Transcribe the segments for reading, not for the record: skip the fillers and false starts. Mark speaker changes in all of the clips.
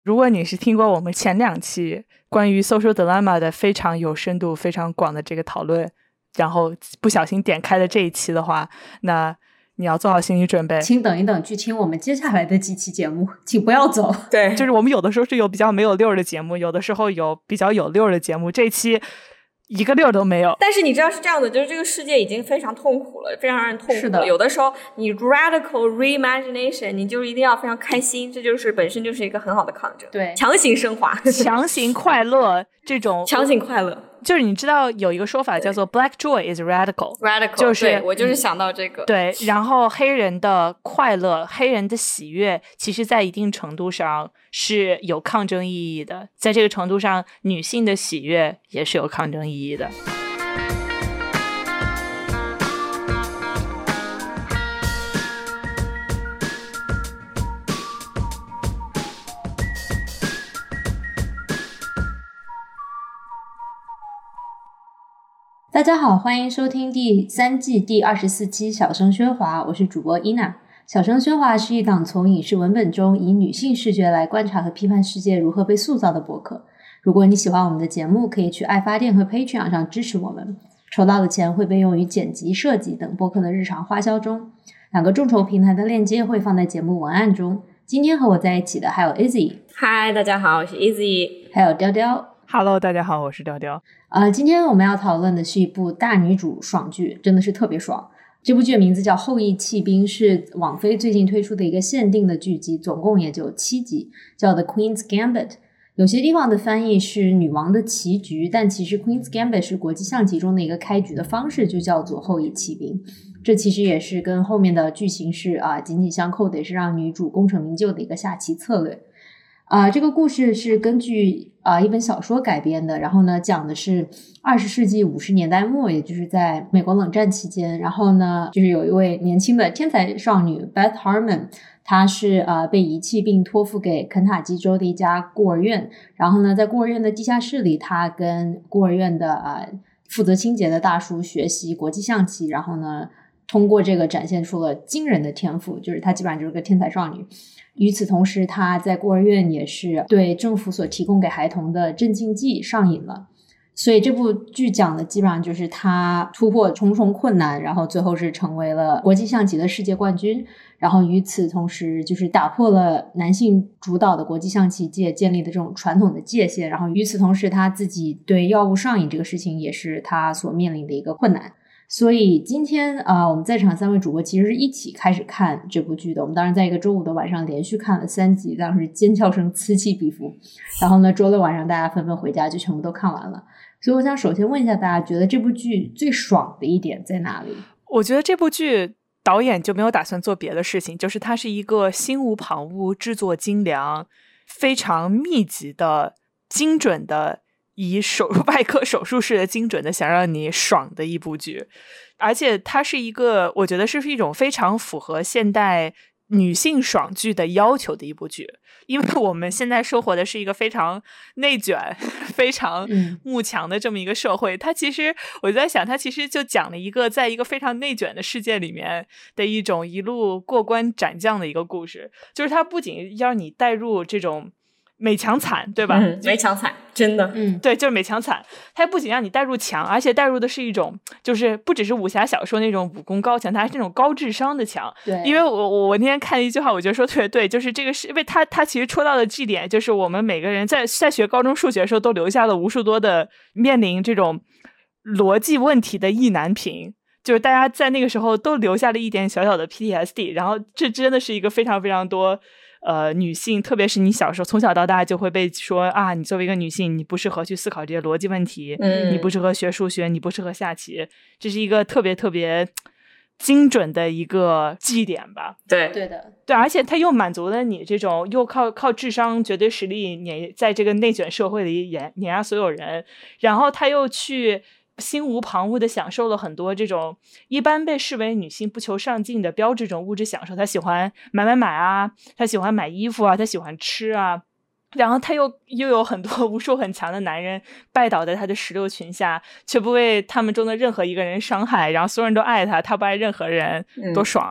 Speaker 1: 如果你是听过我们前2期关于 social dilemma 的非常有深度非常广的这个讨论，然后不小心点开了这一期的话，那你要做好心理准备，
Speaker 2: 请等一等去听我们接下来的几期节目，请不要走。
Speaker 1: 对，就是我们有的时候是有比较没有溜的节目，有的时候有比较有溜的节目，这一期一个溜都没有。
Speaker 3: 但是你知道是这样的，就是这个世界已经非常痛苦了，非常让人痛苦了。
Speaker 2: 是的，
Speaker 3: 有的时候你 radical reimagination， 你就一定要非常开心，这就是本身就是一个很好的抗争。
Speaker 2: 对，
Speaker 3: 强行升华，
Speaker 1: 强行快乐这种，
Speaker 3: 强行快乐。
Speaker 1: 就是你知道有一个说法叫做 Black joy is radical， 就是
Speaker 3: 对，我就是想到这个。
Speaker 1: 对，然后黑人的快乐，黑人的喜悦，其实在一定程度上是有抗争意义的，在这个程度上，女性的喜悦也是有抗争意义的。
Speaker 2: 大家好，欢迎收听第3季第24期小声喧哗，我是主播伊娜。小声喧哗是一档从影视文本中以女性视觉来观察和批判世界如何被塑造的播客。如果你喜欢我们的节目，可以去爱发电和 Patreon 上支持我们，筹到的钱会被用于剪辑、设计等播客的日常花销中。2个众筹平台的链接会放在节目文案中。今天和我在一起的还有 Izzy。
Speaker 3: 嗨，大家好，我是 Izzy。
Speaker 2: 还有雕雕。
Speaker 1: Hello， 大家好，我是雕雕。
Speaker 2: 今天我们要讨论的是一部大女主爽剧，真的是特别爽。这部剧的名字叫《后羿弃兵》，是网飞最近推出的一个限定的剧集，总共也就7集，叫 The Queen's Gambit。 有些地方的翻译是女王的棋局，但其实 Queen's Gambit 是国际象棋中的一个开局的方式，就叫做后羿弃兵。这其实也是跟后面的剧情是紧紧相扣的，也是让女主功成名就的一个下棋策略。这个故事是根据一本小说改编的，然后呢讲的是20世纪50年代末，也就是在美国冷战期间，然后呢就是有一位年轻的天才少女 Beth Harmon， 她是被遗弃并托付给肯塔基州的一家孤儿院，然后呢在孤儿院的地下室里，她跟孤儿院的负责清洁的大叔学习国际象棋，然后呢通过这个展现出了惊人的天赋，就是她基本上就是个天才少女。与此同时，她在孤儿院也是对政府所提供给孩童的镇静剂上瘾了。所以这部剧讲的基本上就是她突破重重困难，然后最后是成为了国际象棋的世界冠军，然后与此同时就是打破了男性主导的国际象棋界建立的这种传统的界限，然后与此同时她自己对药物上瘾这个事情也是她所面临的一个困难。所以今天我们在场3位主播其实是一起开始看这部剧的。我们当时在一个周五的晚上连续看了3集，当时尖叫声此起彼伏，然后呢周六晚上大家纷纷回家就全部都看完了。所以我想首先问一下大家，觉得这部剧最爽的一点在哪里？
Speaker 1: 我觉得这部剧导演就没有打算做别的事情，就是它是一个心无旁骛、制作精良、非常密集的、精准的，以外科手术式的精准的想让你爽的一部剧。而且它是一个我觉得是一种非常符合现代女性爽剧的要求的一部剧，因为我们现在生活的是一个非常内卷非常慕强的这么一个社会。它其实我在想，它其实就讲了一个在一个非常内卷的世界里面的一种一路过关斩将的一个故事，就是它不仅要你带入这种美强惨，对吧？
Speaker 3: 美强惨，真的，
Speaker 1: 对，就是美强惨。它不仅让你带入强，而且带入的是一种，就是不只是武侠小说那种武功高强，它还是那种高智商的强。
Speaker 2: 对，
Speaker 1: 因为我那天看了一句话，我觉得说特别对，就是这个是因为他其实戳到的这点，就是我们每个人在学高中数学的时候都留下了无数多的面临这种逻辑问题的意难平。就是大家在那个时候都留下了一点小小的 PTSD， 然后这真的是一个非常非常多女性，特别是你小时候从小到大就会被说你作为一个女性你不适合去思考这些逻辑问题，你不适合学数学，你不适合下棋，这是一个特别特别精准的一个绩点吧。
Speaker 3: 对
Speaker 2: 的，
Speaker 1: 对，而且它又满足了你这种又靠智商绝对实力在这个内卷社会里碾压所有人，然后他又去心无旁骛的享受了很多这种一般被视为女性不求上进的标志这种物质享受。她喜欢买啊，她喜欢买衣服啊，她喜欢吃啊，然后她又有很多无数很强的男人拜倒在她的石榴裙下，却不为他们中的任何一个人伤害，然后所有人都爱她，她不爱任何人，多爽啊！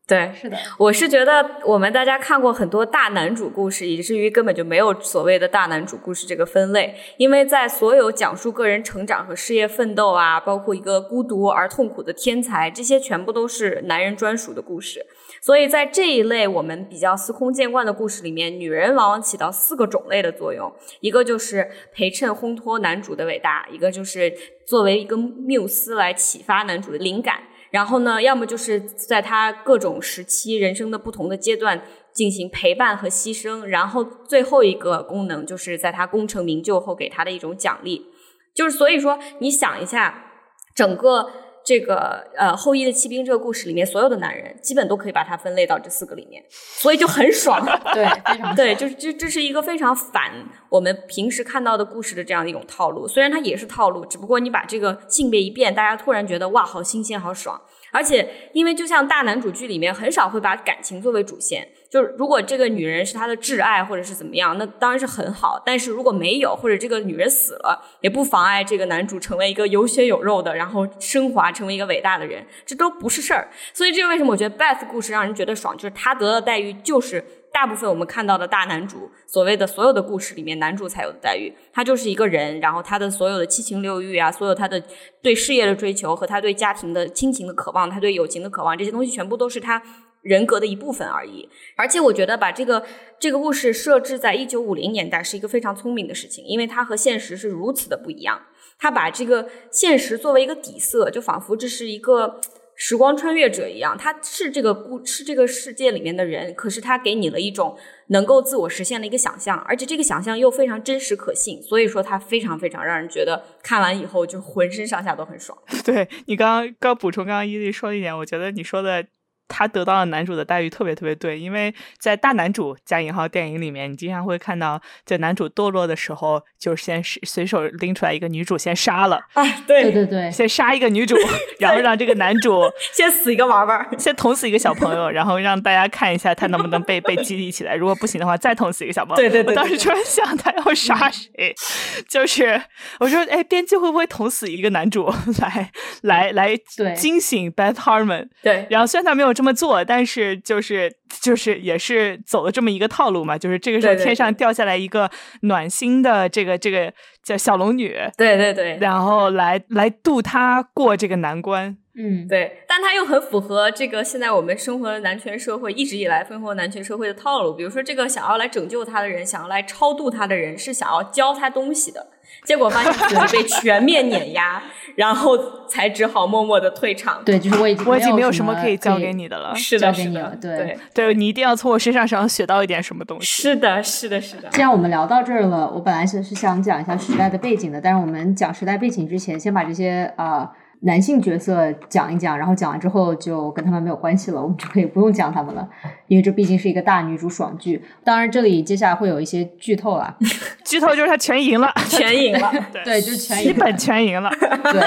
Speaker 3: 对，
Speaker 2: 是的，
Speaker 3: 我是觉得我们大家看过很多大男主故事，以至于根本就没有所谓的大男主故事这个分类，因为在所有讲述个人成长和事业奋斗啊，包括一个孤独而痛苦的天才，这些全部都是男人专属的故事。所以在这一类我们比较司空见惯的故事里面，女人往往起到4个种类的作用，一个就是陪衬烘托男主的伟大，一个就是作为一个缪斯来启发男主的灵感，然后呢，要么就是在他各种时期人生的不同的阶段进行陪伴和牺牲，然后最后一个功能就是在他功成名就后给他的一种奖励。就是所以说你想一下，整个这个后羿的骑兵这个故事里面，所有的男人基本都可以把它分类到这4个里面，所以就很爽。
Speaker 2: 对，非常爽。
Speaker 3: 对，这是一个非常反我们平时看到的故事的这样的一种套路，虽然它也是套路，只不过你把这个性别一变，大家突然觉得哇，好新鲜，好爽。而且因为就像大男主剧里面很少会把感情作为主线，就是如果这个女人是他的挚爱或者是怎么样，那当然是很好，但是如果没有，或者这个女人死了，也不妨碍这个男主成为一个有血有肉的，然后升华成为一个伟大的人，这都不是事儿。所以这个为什么我觉得 Beth 故事让人觉得爽，就是他得到的待遇就是大部分我们看到的大男主所谓的所有的故事里面男主才有的待遇，他就是一个人，然后他的所有的七情六欲啊，所有他的对事业的追求和他对家庭的亲情的渴望，他对友情的渴望，这些东西全部都是他人格的一部分而已。而且我觉得把这个故事设置在1950年代是一个非常聪明的事情，因为它和现实是如此的不一样，他把这个现实作为一个底色，就仿佛这是一个时光穿越者一样，他是这个世界里面的人，可是他给你了一种能够自我实现的一个想象，而且这个想象又非常真实可信，所以说他非常非常让人觉得看完以后就浑身上下都很爽。
Speaker 1: 对，你刚补充刚刚伊利说的一点，我觉得你说的他得到了男主的待遇特别特别对，因为在大男主加引号电影里面，你经常会看到在男主堕落的时候，就是先随手拎出来一个女主先杀了，
Speaker 2: 对对对，
Speaker 1: 先杀一个女主，然后让这个男主
Speaker 3: 先死一个玩玩，
Speaker 1: 先捅死一个小朋友，然后让大家看一下他能不能被激励起来，如果不行的话再捅死一个小朋友。
Speaker 3: 对对对，
Speaker 1: 我当时突然想他要杀谁，就是我说哎，编剧会不会捅死一个男主来惊醒 Beth Harmon？
Speaker 3: 对，
Speaker 1: 然后虽然他没有这么做，但是就是也是走了这么一个套路嘛，就是这个时候天上掉下来一个暖心的这个叫小龙女，
Speaker 3: 对对对，
Speaker 1: 然后来渡他过这个难关。
Speaker 3: 对，但它又很符合这个现在我们生活的男权社会一直以来生活男权社会的套路。比如说这个想要来拯救他的人，想要来超度他的人是想要教他东西的，结果发现自己被全面碾压然后才只好默默的退场。
Speaker 2: 对，就是我已经
Speaker 1: 没有什么可以教给你的了，
Speaker 3: 是的，
Speaker 2: 教给你了，
Speaker 1: 对，你一定要从我身上学到一点什么东西。
Speaker 3: 是的，是的，是的。
Speaker 2: 既然我们聊到这儿了，我本来是想讲一下时代的背景的，但是我们讲时代背景之前，先把这些男性角色讲一讲，然后讲完之后就跟他们没有关系了，我们就可以不用讲他们了，因为这毕竟是一个大女主爽剧。当然这里接下来会有一些剧透啊，
Speaker 1: 剧透就是他全赢了
Speaker 3: 全赢了
Speaker 2: 对，就是全赢了，
Speaker 1: 基本全赢了
Speaker 2: 对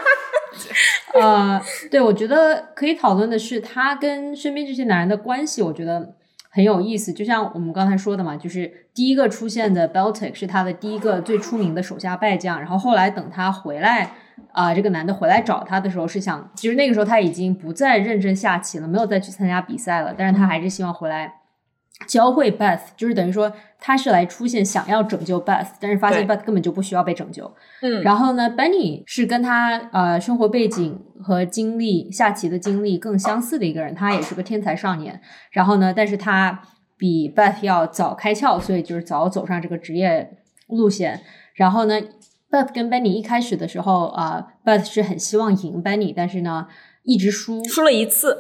Speaker 2: 对，我觉得可以讨论的是他跟身边这些男人的关系，我觉得很有意思。就像我们刚才说的嘛，就是第一个出现的 Beltic 是他的第一个最出名的手下败将，然后后来等他回来这个男的回来找他的时候是想，就是那个时候他已经不再认真下棋了，没有再去参加比赛了，但是他还是希望回来教会 Beth， 就是等于说他是来出现想要拯救 Beth， 但是发现 Beth 根本就不需要被拯救。然后呢 Benny 是跟他生活背景和经历下棋的经历更相似的一个人，他也是个天才少年，然后呢但是他比 Beth 要早开窍，所以就是早走上这个职业路线。然后呢Beth 跟 Benny 一开始的时候Beth 是很希望赢 Benny， 但是呢一直输
Speaker 3: 了一次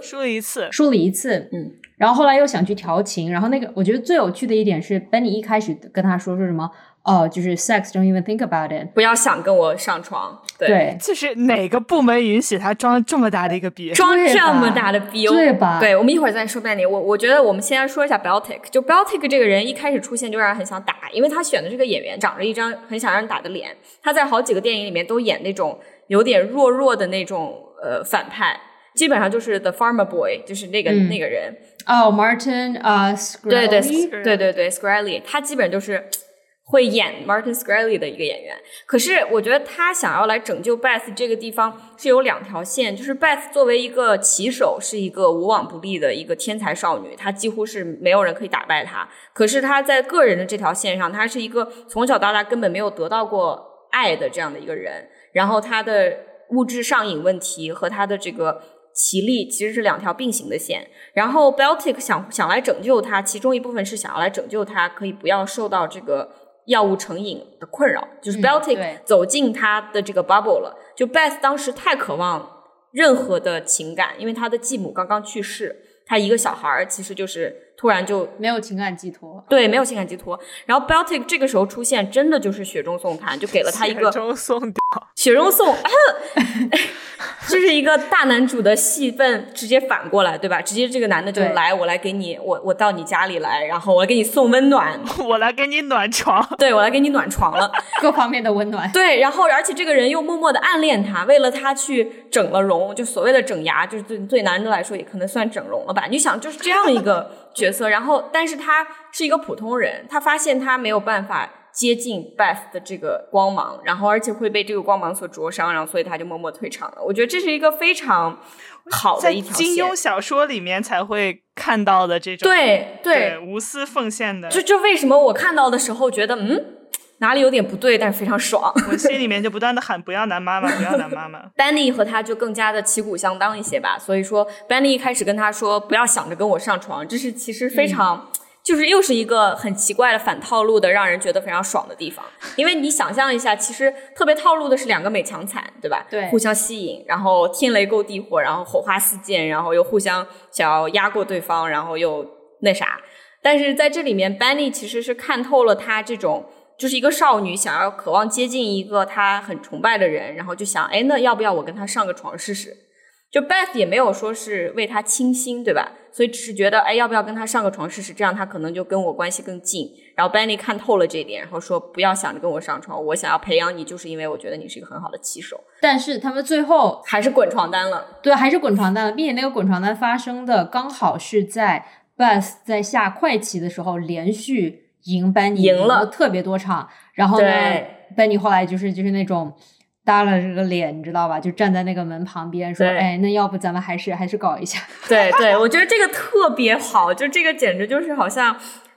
Speaker 2: 然后后来又想去调情，然后那个我觉得最有趣的一点是 Benny 一开始跟他说什么就是 sex don't even think about it，
Speaker 3: 不要想跟我上床。
Speaker 2: 对，
Speaker 1: 就是哪个部门允许他装这么大的一个逼，
Speaker 3: 装这么大的逼，
Speaker 2: 对吧？
Speaker 3: 对，我们一会儿再说 Benny。我觉得我们先说一下 Beltic。就 Beltic 这个人一开始出现就让人很想打，因为他选的这个演员长着一张很想让人打的脸，他在好几个电影里面都演那种有点弱的那种反派，基本上就是 The Farmer Boy， 就是那个Martin
Speaker 2: Shkreli，
Speaker 3: 对 Shkreli， 他基本就是会演 Martin Shkreli 的一个演员。可是我觉得他想要来拯救 Beth 这个地方是有2条线，就是 Beth 作为一个棋手是一个无往不利的一个天才少女，她几乎是没有人可以打败她。可是她在个人的这条线上，她是一个从小到大根本没有得到过爱的这样的一个人，然后她的物质上瘾问题和她的这个棋力其实是2条并行的线。然后 Baltic 想来拯救她，其中一部分是想要来拯救她可以不要受到这个药物成瘾的困扰，就是 Baltic 走进他的这个 bubble 了。就 Beth 当时太渴望任何的情感，因为他的继母刚刚去世，他一个小孩其实就是突然就
Speaker 2: 没有情感寄托。
Speaker 3: 对，没有情感寄托。然后 Baltic 这个时候出现真的就是雪中送炭，就给了他一个
Speaker 1: 雪中送
Speaker 3: 雪中送就是一个大男主的戏份直接反过来，对吧？直接这个男的就来，我来给你，我到你家里来，然后我来给你送温暖，
Speaker 1: 我来给你暖床，
Speaker 3: 对，我来给你暖床了，
Speaker 2: 各方面的温暖。
Speaker 3: 对，然后而且这个人又默默的暗恋他，为了他去整了容，就所谓的整牙，就是对男的来说也可能算整容了吧？你想，就是这样一个角色，然后但是他是一个普通人，他发现他没有办法接近 Beth 的这个光芒，然后而且会被这个光芒所灼伤，然后所以他就默默退场了。我觉得这是一个非常好的一条线，
Speaker 1: 在金庸小说里面才会看到的这种对无私奉献的。
Speaker 3: 就为什么我看到的时候觉得哪里有点不对，但是非常爽，
Speaker 1: 我心里面就不断的喊不要男妈妈，不要男妈妈。
Speaker 3: Benny 和他就更加的旗鼓相当一些吧，所以说 Benny 一开始跟他说不要想着跟我上床，这是其实非常就是又是一个很奇怪的反套路的让人觉得非常爽的地方。因为你想象一下，其实特别套路的是2个美强惨，对吧？
Speaker 2: 对，
Speaker 3: 互相吸引，然后天雷勾地火，然后火花四溅，然后又互相想要压过对方，然后又那啥。但是在这里面 Benny 其实是看透了他这种就是一个少女想要渴望接近一个她很崇拜的人，然后就想那要不要我跟他上个床试试。就 Beth 也没有说是为他倾心，对吧？所以只是觉得要不要跟他上个床试试，这样他可能就跟我关系更近。然后 Benny 看透了这一点，然后说不要想着跟我上床，我想要培养你就是因为我觉得你是一个很好的棋手。
Speaker 2: 但是他们最后
Speaker 3: 还是滚床单了。
Speaker 2: 对，还是滚床单了，并且那个滚床单发生的刚好是在 Beth 在下快棋的时候连续赢 Benny 赢了特别多场，然后呢 Benny 后来就是那种耷了这个脸，你知道吧？就站在那个门旁边说那要不咱们还是搞一下。
Speaker 3: 对对，我觉得这个特别好，就这个简直就是好像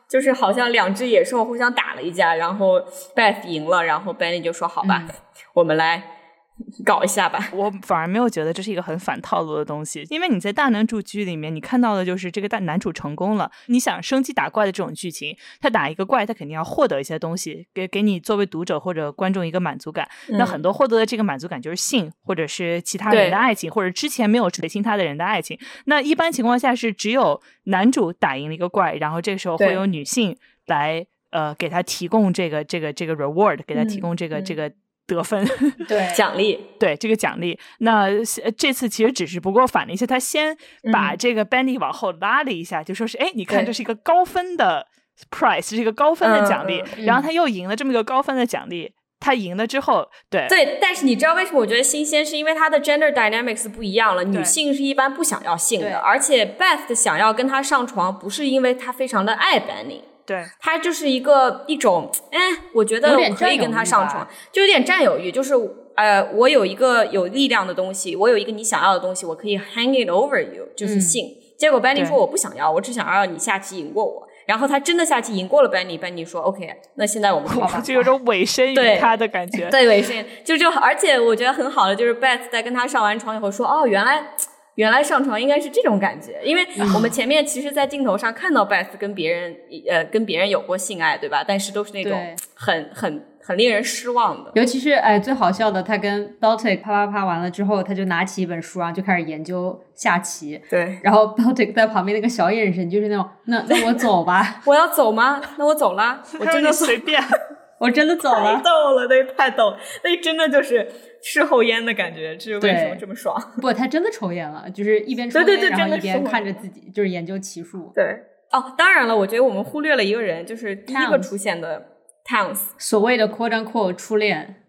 Speaker 3: 2只野兽互相打了一架，然后 Beth 赢了，然后 Benny 就说好吧，我们来搞一下吧。
Speaker 1: 我反而没有觉得这是一个很反套路的东西，因为你在大男主剧里面你看到的就是这个大男主成功了，你想升级打怪的这种剧情，他打一个怪他肯定要获得一些东西，给你作为读者或者观众一个满足感，那很多获得的这个满足感就是性或者是其他人的爱情，或者之前没有垂青他的人的爱情。那一般情况下是只有男主打赢了一个怪，然后这个时候会有女性来给他提供这个 reward， 给他提供这个得分
Speaker 3: 对奖励，
Speaker 1: 对这个奖励。那这次其实只是不过反了一下，他先把这个 Benny 往后拉了一下，就说是你看这是一个高分的 prize， 是一个高分的奖励，然后他又赢了这么一个高分的奖励。他赢了之后，对，
Speaker 3: 但是你知道为什么我觉得新鲜，是因为他的 gender dynamics 不一样了，女性是一般不想要性的，而且 Beth 想要跟他上床不是因为他非常的爱 Benny，
Speaker 1: 对，
Speaker 3: 他就是一种我觉得我可以跟他上床，就有点占有欲，就是我有一个有力量的东西，我有一个你想要的东西，我可以 hang it over you， 就是性。结果 Benny 说我不想要，我只想要你下棋赢过我。然后他真的下棋赢过了 Benny 说 OK， 那现在我们可以上，
Speaker 1: 就有种委身于他的感觉。
Speaker 3: 对，委身就而且我觉得很好的就是 Beth 在跟他上完床以后说原来上床应该是这种感觉，因为我们前面其实在镜头上看到 Beth 跟别人有过性爱，对吧？但是都是那种很令人失望的。尤
Speaker 2: 其是最好笑的，他跟 Baltic 啪完了之后，他就拿起一本书，然后就开始研究下棋。
Speaker 3: 对，
Speaker 2: 然后 Baltic 在旁边那个小眼神就是那种那我走吧。
Speaker 3: 我要走吗？那我走了。我真的
Speaker 1: 随便。
Speaker 2: 我真的走了。
Speaker 3: 太逗了，那太逗了，那真的就是事后烟的感觉，这是为什么这么爽？
Speaker 2: 不，他真的抽烟了，就是一边抽烟，
Speaker 3: 对，
Speaker 2: 然后一边看着自己，就是研究棋术。
Speaker 3: 对，当然了，我觉得我们忽略了一个人，就是第一个出现的 Towns，
Speaker 2: 所谓的 quote unquote 初恋。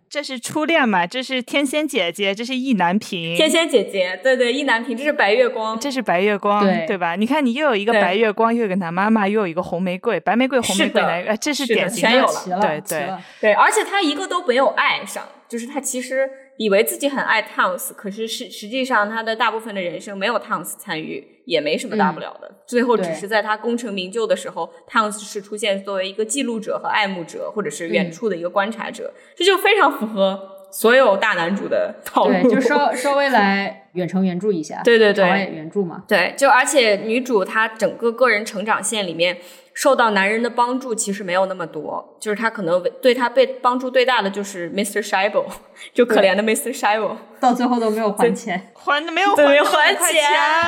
Speaker 1: 这是初恋嘛，这是天仙姐姐，这是意难平。
Speaker 3: 天仙姐姐，对对，意难平，这是白月光，
Speaker 1: 这是白月光， 对吧？你看，你又有一个白月光，又有一个男妈妈，又有一个红玫瑰，白玫瑰、红玫瑰男，这是典型的，
Speaker 3: 全有了，
Speaker 1: 对对
Speaker 3: 对，而且他一个都没有爱上，就是他其实以为自己很爱 Townes， 可是实际上他的大部分的人生没有 Townes 参与，也没什么大不了的。最后只是在他功成名就的时候，Townes 是出现作为一个记录者和爱慕者，或者是远处的一个观察者，这就非常符合所有大男主的套路。
Speaker 2: 对，就稍微来远程援助一下。
Speaker 3: 对对对，
Speaker 2: 朝野援助嘛。
Speaker 3: 对，就而且女主她整个个人成长线里面受到男人的帮助其实没有那么多，就是她可能对她被帮助最大的就是 Mr. Scheibel， 就可怜的 Mr. Scheibel，
Speaker 2: 到最后都没有还钱，
Speaker 1: 没有还
Speaker 3: 钱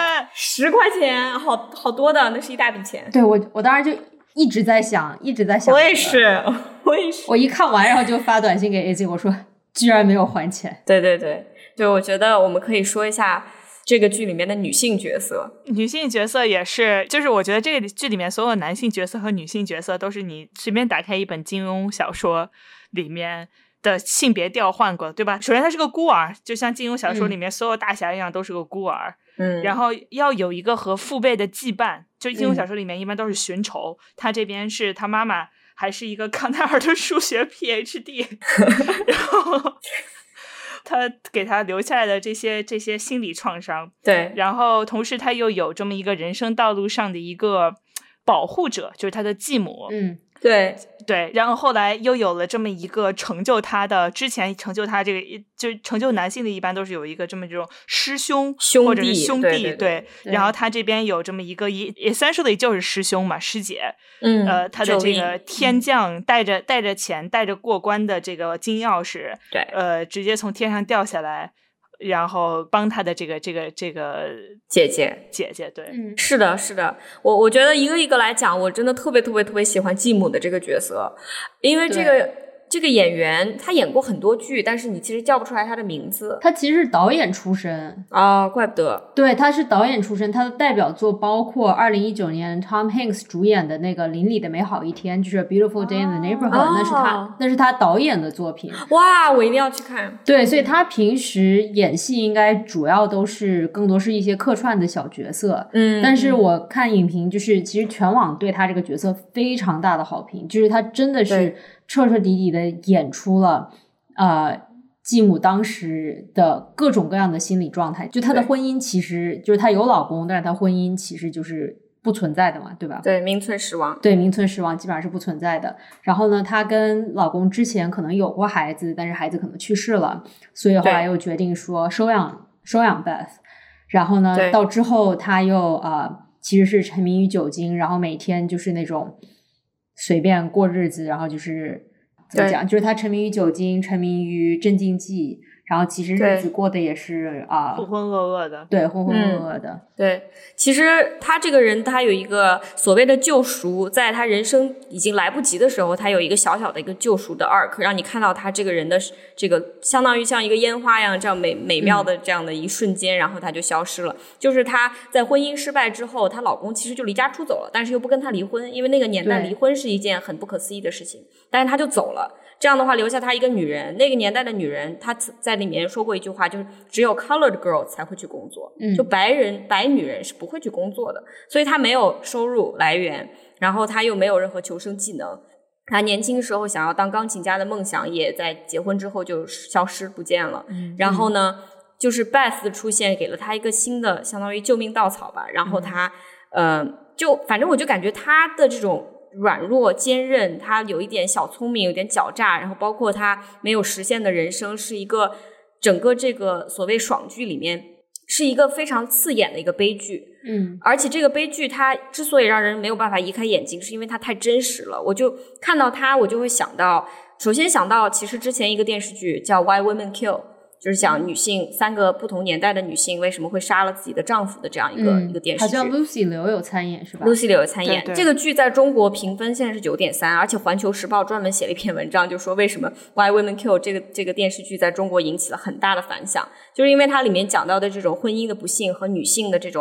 Speaker 3: ，10块钱，好多的，那是一大笔钱。
Speaker 2: 对，我当时就一直在想，
Speaker 3: 我也是，
Speaker 2: 我一看完然后就发短信给 AZ， 我说居然没有还钱。
Speaker 3: 对对对，就我觉得我们可以说一下这个剧里面的女性角色。
Speaker 1: 女性角色也是，就是我觉得这个剧里面所有男性角色和女性角色都是你随便打开一本金庸小说里面的性别调换过，对吧？首先他是个孤儿，就像金庸小说里面所有大侠一样，都是个孤儿。然后要有一个和父辈的羁绊，就金庸小说里面一般都是寻仇，他这边是他妈妈还是一个康奈尔的数学 PhD， 然后他给他留下来的这些心理创伤，
Speaker 3: 对，
Speaker 1: 然后同时他又有这么一个人生道路上的一个保护者，就是他的继母，对，然后后来又有了这么一个成就他的，之前成就他这个就成就男性的一般都是有一个这么这种师兄或者是兄弟，对，然后他这边有这么一个也essentially就是师兄嘛，师姐，他的这个天降带着钱带着过关的这个金钥匙，
Speaker 3: 对，
Speaker 1: 直接从天上掉下来，然后帮他的这个
Speaker 3: 姐姐，
Speaker 1: 对，
Speaker 3: 是的，我觉得一个一个来讲，我真的特别喜欢继母的这个角色，因为这个演员他演过很多剧，但是你其实叫不出来他的名字。
Speaker 2: 他其实是导演出身
Speaker 3: 啊，怪不得。
Speaker 2: 对，他是导演出身，他的代表作包括2019年 Tom Hanks 主演的那个《邻里的美好一天》，就是 Beautiful Day in the Neighborhood，那是他导演的作品。
Speaker 3: 哇，我一定要去看。
Speaker 2: 对，所以他平时演戏应该主要更多是一些客串的小角色。但是我看影评，就是其实全网对他这个角色非常大的好评，就是他真的是彻彻底底的演出了继母当时的各种各样的心理状态。就她的婚姻其实就是她有老公，但是她婚姻其实就是不存在的嘛，对吧？
Speaker 3: 对，名存实亡。
Speaker 2: 对，名存实亡，基本上是不存在的。然后呢，她跟老公之前可能有过孩子，但是孩子可能去世了，所以后来又决定说收养 Beth。然后呢，到之后她又其实是沉迷于酒精，然后每天就是那种随便过日子，然后就是怎么讲，就是他沉迷于酒精，沉迷于镇静剂，然后其实日子过得也是
Speaker 1: 浑浑噩噩的。
Speaker 2: 对，浑浑噩噩的。
Speaker 3: 对，其实他这个人他有一个所谓的救赎，在他人生已经来不及的时候，他有一个小小的一个救赎的 arc， 让你看到他这个人的这个相当于像一个烟花一样这样美妙的这样的一瞬间，然后他就消失了。就是他在婚姻失败之后，她老公其实就离家出走了，但是又不跟她离婚，因为那个年代离婚是一件很不可思议的事情，但是他就走了。这样的话留下她一个女人，那个年代的女人她在里面说过一句话，就是只有 colored girls 才会去工作，就白女人是不会去工作的，所以她没有收入来源，然后她又没有任何求生技能，她年轻时候想要当钢琴家的梦想也在结婚之后就消失不见了。然后呢就是 Beth 的出现给了她一个新的相当于救命稻草吧，然后她就反正我就感觉她的这种软弱坚韧，他有一点小聪明，有点狡诈，然后包括他没有实现的人生，是一个整个这个所谓爽剧里面是一个非常刺眼的一个悲剧。而且这个悲剧它之所以让人没有办法移开眼睛，是因为它太真实了。我就看到它，我就会想到，首先想到其实之前一个电视剧叫 Why Women Kill，就是讲女性3个不同年代的女性为什么会杀了自己的丈夫的这样一个电视剧。
Speaker 2: 好像 Lucy 刘有参演是吧？
Speaker 3: Lucy 刘有参演。
Speaker 1: 对对，
Speaker 3: 这个剧在中国评分现在是9.3，而且环球时报专门写了一篇文章，就说为什么 Why Women Kill 这个电视剧在中国引起了很大的反响，就是因为它里面讲到的这种婚姻的不幸和女性的这种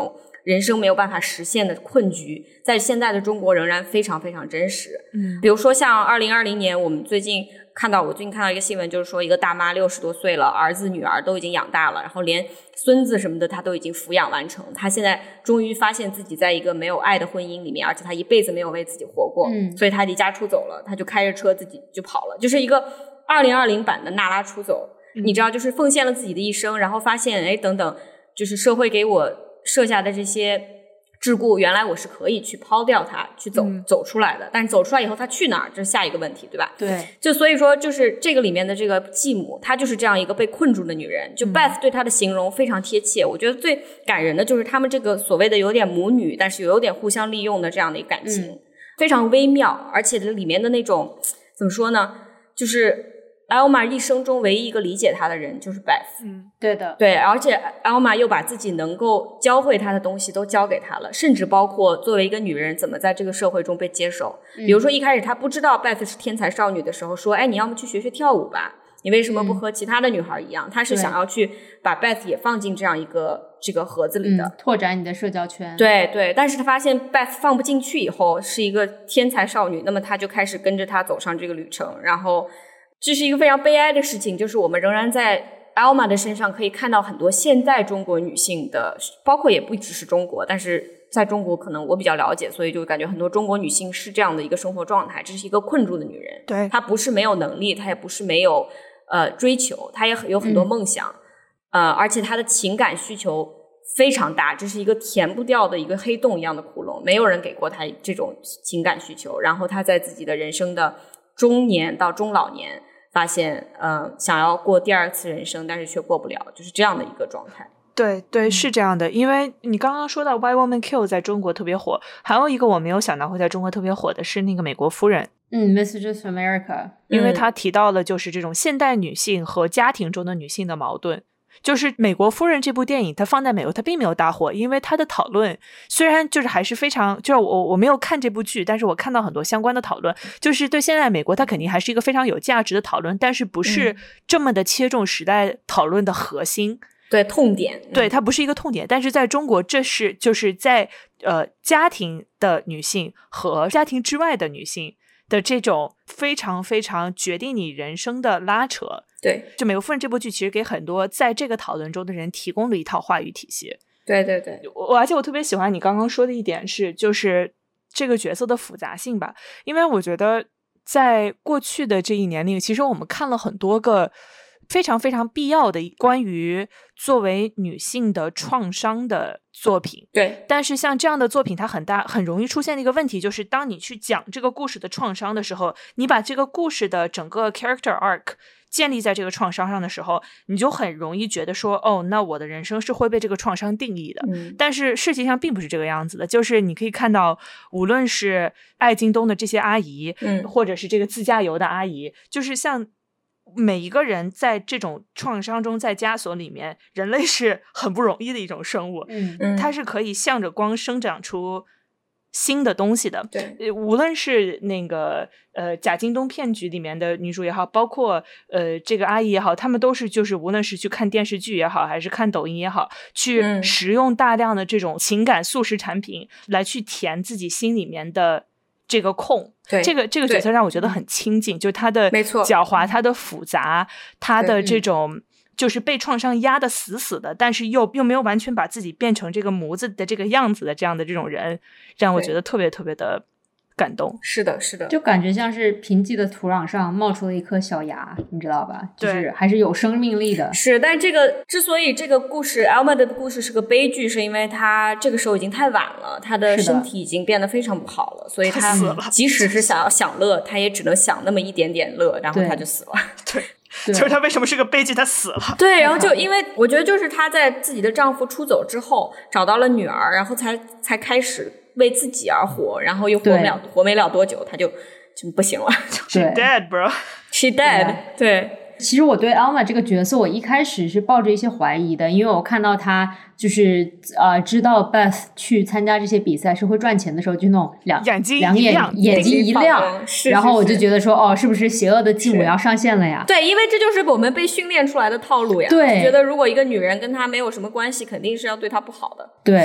Speaker 3: 人生没有办法实现的困局，在现在的中国仍然非常非常真实。比如说像2020年我最近看到一个新闻，就是说一个大妈60多岁了，儿子女儿都已经养大了，然后连孙子什么的她都已经抚养完成，她现在终于发现自己在一个没有爱的婚姻里面，而且她一辈子没有为自己活过，所以她离家出走了，她就开着车自己就跑了，就是一个2020版的娜拉出走。你知道，就是奉献了自己的一生，然后发现等等，就是社会给我设下的这些桎梏，原来我是可以去抛掉它，去走出来的。但是走出来以后他去哪儿，这是下一个问题，对吧？
Speaker 2: 对，
Speaker 3: 就所以说就是这个里面的这个继母，她就是这样一个被困住的女人，就 Beth 对她的形容非常贴切。我觉得最感人的就是他们这个所谓的有点母女但是有点互相利用的这样的一个感情，非常微妙，而且里面的那种怎么说呢，就是Alma 一生中唯一一个理解她的人就是 Beth。
Speaker 2: 对的，
Speaker 3: 对，而且 Alma 又把自己能够教会她的东西都教给她了，甚至包括作为一个女人怎么在这个社会中被接受。比如说一开始她不知道 Beth 是天才少女的时候，说你要么去学学跳舞吧，你为什么不和其他的女孩一样？她是想要去把 Beth 也放进这样一个这个盒子里的，
Speaker 2: 拓展你的社交圈。
Speaker 3: 对对，但是她发现 Beth 放不进去以后是一个天才少女，那么她就开始跟着她走上这个旅程，然后这是一个非常悲哀的事情，就是我们仍然在 Alma 的身上可以看到很多现代中国女性的，包括也不只是中国，但是在中国可能我比较了解，所以就感觉很多中国女性是这样的一个生活状态，这是一个困住的女人。
Speaker 1: 对，
Speaker 3: 她不是没有能力，她也不是没有追求，她也有很多梦想，而且她的情感需求非常大，这是一个填不掉的一个黑洞一样的窟窿，没有人给过她这种情感需求，然后她在自己的人生的中年到中老年发现想要过第二次人生，但是却过不了，就是这样的一个状态。
Speaker 1: 对对，是这样的。因为你刚刚说到 Why Woman Kill 在中国特别火，还有一个我没有想到会在中国特别火的是那个美国夫人。
Speaker 2: Mrs. America，
Speaker 1: 因为他提到了就是这种现代女性和家庭中的女性的矛盾。就是美国夫人这部电影它放在美国它并没有大火，因为它的讨论虽然就是还是非常，就是我没有看这部剧，但是我看到很多相关的讨论，就是对现在美国它肯定还是一个非常有价值的讨论，但是不是这么的切中时代讨论的核心。
Speaker 3: 对，痛点，
Speaker 1: 对，它不是一个痛点，但是在中国这是就是在家庭的女性和家庭之外的女性的这种非常非常决定你人生的拉扯。
Speaker 3: 对，
Speaker 1: 就美国夫人这部剧其实给很多在这个讨论中的人提供了一套话语体系。
Speaker 3: 对对对，
Speaker 1: 而且我特别喜欢你刚刚说的一点是，就是这个角色的复杂性吧，因为我觉得在过去的这一年里，其实我们看了很多个非常非常必要的关于作为女性的创伤的作品。
Speaker 3: 对，
Speaker 1: 但是像这样的作品它很容易出现的一个问题，就是当你去讲这个故事的创伤的时候，你把这个故事的整个 character arc 建立在这个创伤上的时候，你就很容易觉得说，那我的人生是会被这个创伤定义的。但是事情上并不是这个样子的，就是你可以看到无论是爱京东的这些阿姨，或者是这个自驾游的阿姨，就是像每一个人在这种创伤中，在枷锁里面，人类是很不容易的一种生物。它是可以向着光生长出新的东西的。
Speaker 3: 对，
Speaker 1: 无论是那个假京东骗局里面的女主也好，包括这个阿姨也好，他们都是就是无论是去看电视剧也好，还是看抖音也好，去食用大量的这种情感速食产品来去填自己心里面的这个空。
Speaker 3: 对，
Speaker 1: 这个角色让我觉得很亲近，就是他的狡猾，他的复杂，他的这种就是被创伤压得死死的，但是又没有完全把自己变成这个模子的这个样子的这样的这种人，让我觉得特别特别的感动。
Speaker 3: 是的是的，
Speaker 2: 就感觉像是贫瘠的土壤上冒出了一颗小芽，你知道吧？就是还是有生命力的。
Speaker 3: 是，但这个之所以这个故事 Alma 的故事是个悲剧，是因为他这个时候已经太晚了，他的身体已经变得非常不好了，所以他即使是想要享乐，他也只能享那么一点点乐，然后他就死了。
Speaker 1: 对，就是他为什么是个悲剧，他死了。
Speaker 3: 对，然后就因为我觉得就是她在自己的丈夫出走之后找到了女儿，然后才开始为自己而活，然后又活没了多久，她就不行了。
Speaker 1: She dead, bro.
Speaker 3: She dead. 对。
Speaker 2: 其实我对 Alma 这个角色，我一开始是抱着一些怀疑的，因为我看到她就是知道 Beth 去参加这些比赛是会赚钱的时候，就那种眼睛一亮，然后我就觉得说，是不是邪恶的继母要上线了呀？
Speaker 3: 对，因为这就是我们被训练出来的套路呀。
Speaker 2: 对，
Speaker 3: 觉得如果一个女人跟她没有什么关系，肯定是要对她不好的。
Speaker 2: 对。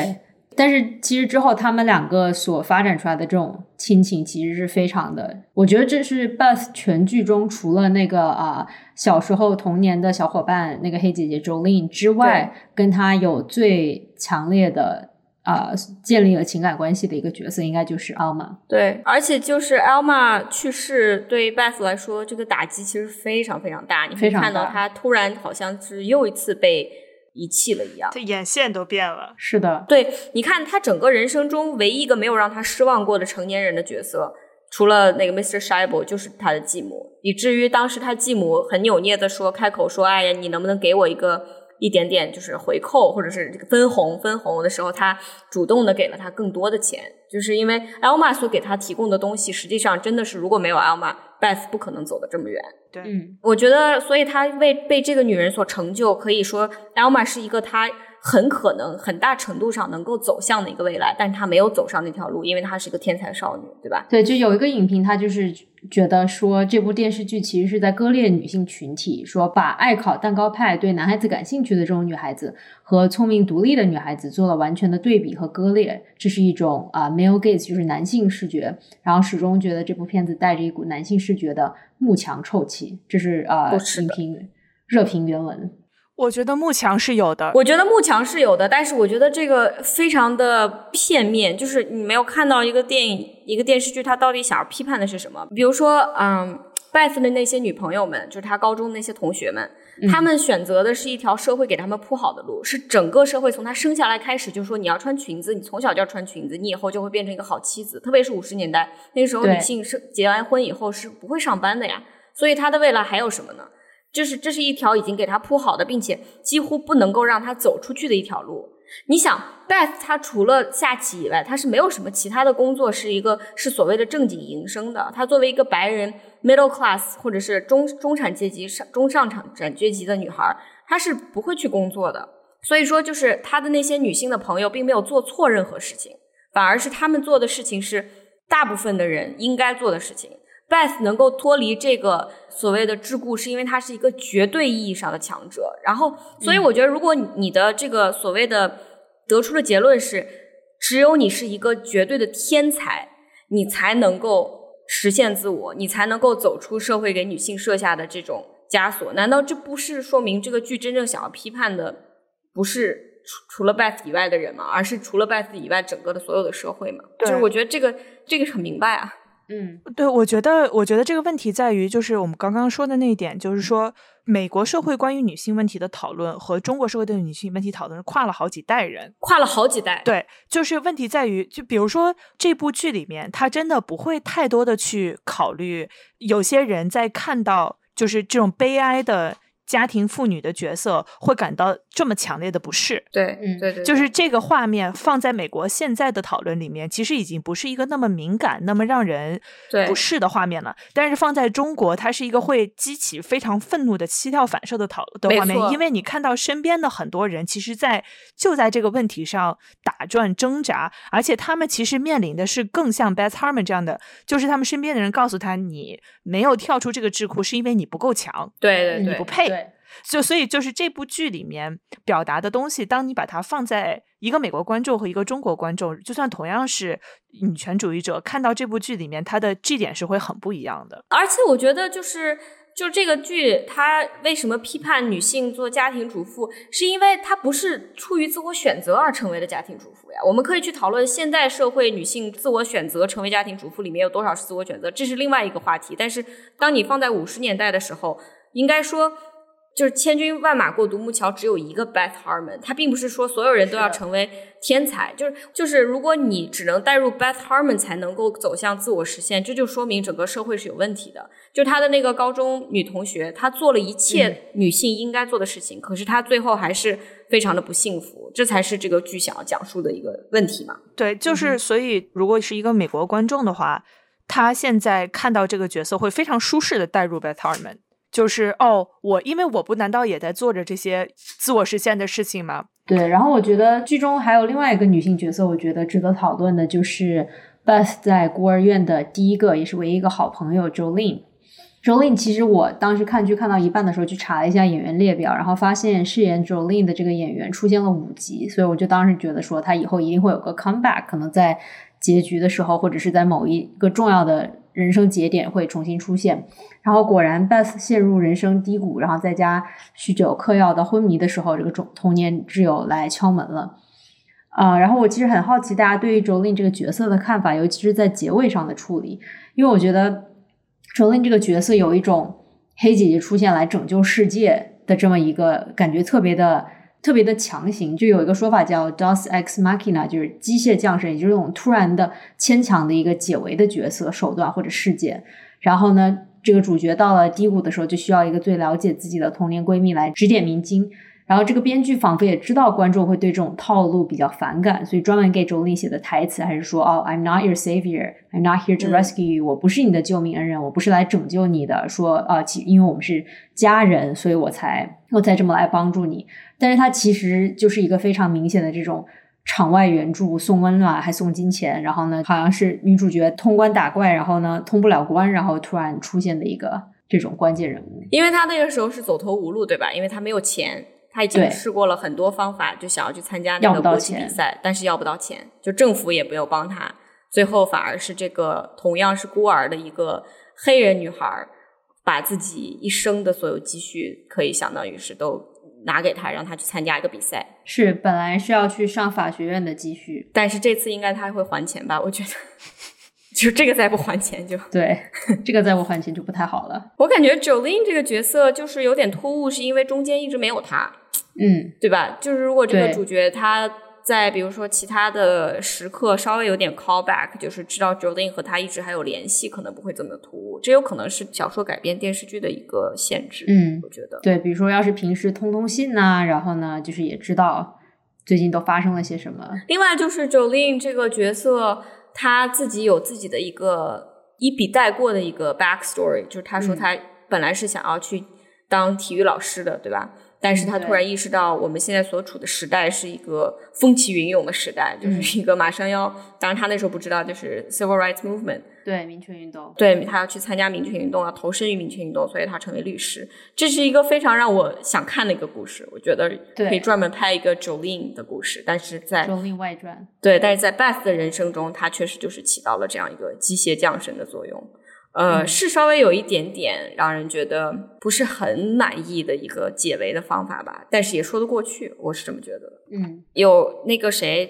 Speaker 2: 但是其实之后他们两个所发展出来的这种亲情其实是非常的，我觉得这是 Beth 全剧中除了那个小时候童年的小伙伴那个黑姐姐 Jolene 之外，跟他有最强烈的建立了情感关系的一个角色应该就是 Alma。
Speaker 3: 对，而且就是 Alma 去世对 Beth 来说这个打击其实非常非常大，你可以看到她突然好像是又一次被遗弃了一样，
Speaker 1: 这眼线都变了。
Speaker 2: 是的，
Speaker 3: 对，你看他整个人生中唯一一个没有让他失望过的成年人的角色，除了那个 Mr. Scheibel 就是他的继母，以至于当时他继母很扭捏的说，开口说，哎呀，你能不能给我一点点就是回扣或者是这个分红的时候，他主动的给了他更多的钱，就是因为 Alma 所给他提供的东西实际上真的是如果没有 Alma Beth 不可能走得这么远。
Speaker 1: 对，
Speaker 3: 我觉得所以他被这个女人所成就，可以说 Alma 是一个他很可能很大程度上能够走向的一个未来，但是他没有走上那条路，因为她是一个天才少女，对吧？
Speaker 2: 对，就有一个影评他就是觉得说这部电视剧其实是在割裂女性群体，说把爱烤蛋糕派对男孩子感兴趣的这种女孩子和聪明独立的女孩子做了完全的对比和割裂，这是一种male gaze 就是男性视觉，然后始终觉得这部片子带着一股男性视觉的慕强臭气，这是影评热评原文。
Speaker 1: 我觉得慕强是有的，
Speaker 3: 但是我觉得这个非常的片面，就是你没有看到一个电影一个电视剧它到底想要批判的是什么。比如说Beth 的那些女朋友们，就是她高中的那些同学们，他们选择的是一条社会给他们铺好的路，是整个社会从她生下来开始就说你要穿裙子，你从小就要穿裙子，你以后就会变成一个好妻子。特别是50年代那个时候女性结完婚以后是不会上班的呀，所以她的未来还有什么呢？就是这是一条已经给他铺好的，并且几乎不能够让他走出去的一条路。你想 Beth 他除了下棋以外，他是没有什么其他的工作是所谓的正经营生的。他作为一个白人 middle class 或者是中产阶级中上产阶级的女孩，她是不会去工作的。所以说就是他的那些女性的朋友并没有做错任何事情，反而是他们做的事情是大部分的人应该做的事情。Beth 能够脱离这个所谓的桎梏，是因为她是一个绝对意义上的强者。然后，所以我觉得，如果你的这个所谓的得出的结论是，只有你是一个绝对的天才，你才能够实现自我，你才能够走出社会给女性设下的这种枷锁。难道这不是说明这个剧真正想要批判的，不是除了 Beth 以外的人吗？而是除了 Beth 以外整个的所有的社会吗？就是我觉得这个很明白啊。
Speaker 1: 对，我觉得这个问题在于，就是我们刚刚说的那一点，就是说美国社会关于女性问题的讨论和中国社会对女性问题讨论跨了好几代人，
Speaker 3: 跨了好几代。
Speaker 1: 对，就是问题在于，就比如说这部剧里面，他真的不会太多的去考虑有些人在看到就是这种悲哀的家庭妇女的角色会感到这么强烈的不适。
Speaker 3: 对，
Speaker 1: 就是这个画面放在美国现在的讨论里面，其实已经不是一个那么敏感那么让人不适的画面了。但是放在中国，它是一个会激起非常愤怒的膝跳反射的画面，因为你看到身边的很多人其实就在这个问题上打转挣扎，而且他们其实面临的是更像 Beth Harmon 这样的，就是他们身边的人告诉他，你没有跳出这个桎梏是因为你不够强，
Speaker 3: 对，
Speaker 1: 你不配。所以就是这部剧里面表达的东西，当你把它放在一个美国观众和一个中国观众，就算同样是女权主义者，看到这部剧里面，它的这点是会很不一样的。
Speaker 3: 而且我觉得就这个剧它为什么批判女性做家庭主妇，是因为它不是出于自我选择而成为的家庭主妇呀。我们可以去讨论现代社会女性自我选择成为家庭主妇里面有多少是自我选择，这是另外一个话题。但是当你放在50年代的时候，应该说就是千军万马过独木桥，只有一个 Beth Harmon， 他并不是说所有人都要成为天才，就是如果你只能带入 Beth Harmon 才能够走向自我实现，这就说明整个社会是有问题的。就他的那个高中女同学，她做了一切女性应该做的事情，可是她最后还是非常的不幸福，这才是这个剧想要讲述的一个问题嘛。
Speaker 1: 对，就是所以如果是一个美国观众的话，他现在看到这个角色会非常舒适的带入 Beth Harmon，就是因为我不难道也在做着这些自我实现的事情吗？
Speaker 2: 对，然后我觉得剧中还有另外一个女性角色，我觉得值得讨论的就是 Beth 在孤儿院的第一个也是唯一一个好朋友 Jolene。 Jolene 其实我当时看剧看到一半的时候去查了一下演员列表，然后发现饰演 Jolene 的这个演员出现了5集，所以我就当时觉得说他以后一定会有个 comeback， 可能在结局的时候或者是在某一个重要的人生节点会重新出现。然后果然 Beth 陷入人生低谷，然后在家酗酒嗑药到昏迷的时候，这个童年挚友来敲门了。然后我其实很好奇大家对于 Jolene 这个角色的看法，尤其是在结尾上的处理，因为我觉得Jolene 这个角色有一种黑姐姐出现来拯救世界的这么一个感觉，特别的强行。就有一个说法叫 Deus Ex Machina， 就是机械降神，也就是这种突然的牵强的一个解围的角色手段或者事件。然后呢，这个主角到了低谷的时候就需要一个最了解自己的童年闺蜜来指点迷津。然后这个编剧仿佛也知道观众会对这种套路比较反感，所以专门给 Jolene 写的台词还是说I'm not your savior, I'm not here to rescue you， 我不是你的救命恩人，我不是来拯救你的，说因为我们是家人，所以我才这么来帮助你。但是他其实就是一个非常明显的这种场外援助，送温暖还送金钱，然后呢好像是女主角通关打怪，然后呢通不了关，然后突然出现的一个这种关键人物。
Speaker 3: 因为他那个时候是走投无路，对吧？因为他没有钱，他已经试过了很多方法，就想要去参加那个国际比赛，但是要不到钱，就政府也没有帮他，最后反而是这个同样是孤儿的一个黑人女孩把自己一生的所有积蓄可以相当于是都拿给他，让他去参加一个比赛。
Speaker 2: 是本来是要去上法学院的积蓄，
Speaker 3: 但是这次应该他会还钱吧，我觉得就这个再不还钱就
Speaker 2: 对，这个再不还钱就不太好了。
Speaker 3: 我感觉 Jolene 这个角色就是有点突兀，是因为中间一直没有他，对吧？就是如果这个主角他在比如说其他的时刻稍微有点 callback， 就是知道 Jolene 和他一直还有联系，可能不会这么突兀。这有可能是小说改编电视剧的一个限制。我觉得
Speaker 2: 对，比如说要是平时通信啊，然后呢就是也知道最近都发生了些什么。
Speaker 3: 另外就是 Jolene 这个角色他自己有自己的一个一笔带过的一个 backstory， 就是他说他本来是想要去当体育老师的，对吧？但是他突然意识到我们现在所处的时代是一个风起云涌的时代，就是一个马上要，当然他那时候不知道，就是 Civil Rights Movement，
Speaker 2: 对，民权运动，
Speaker 3: 对，他要去参加民权运动，要投身于民权运动，所以他成为律师。这是一个非常让我想看的一个故事，我觉得可以专门拍一个 Jolene 的故事，但是在
Speaker 2: Jolene 外传，
Speaker 3: 对，但是在 Beth 的人生中，他确实就是起到了这样一个机械降神的作用。是稍微有一点点让人觉得不是很满意的一个解围的方法吧，但是也说得过去，我是这么觉得的。有那个谁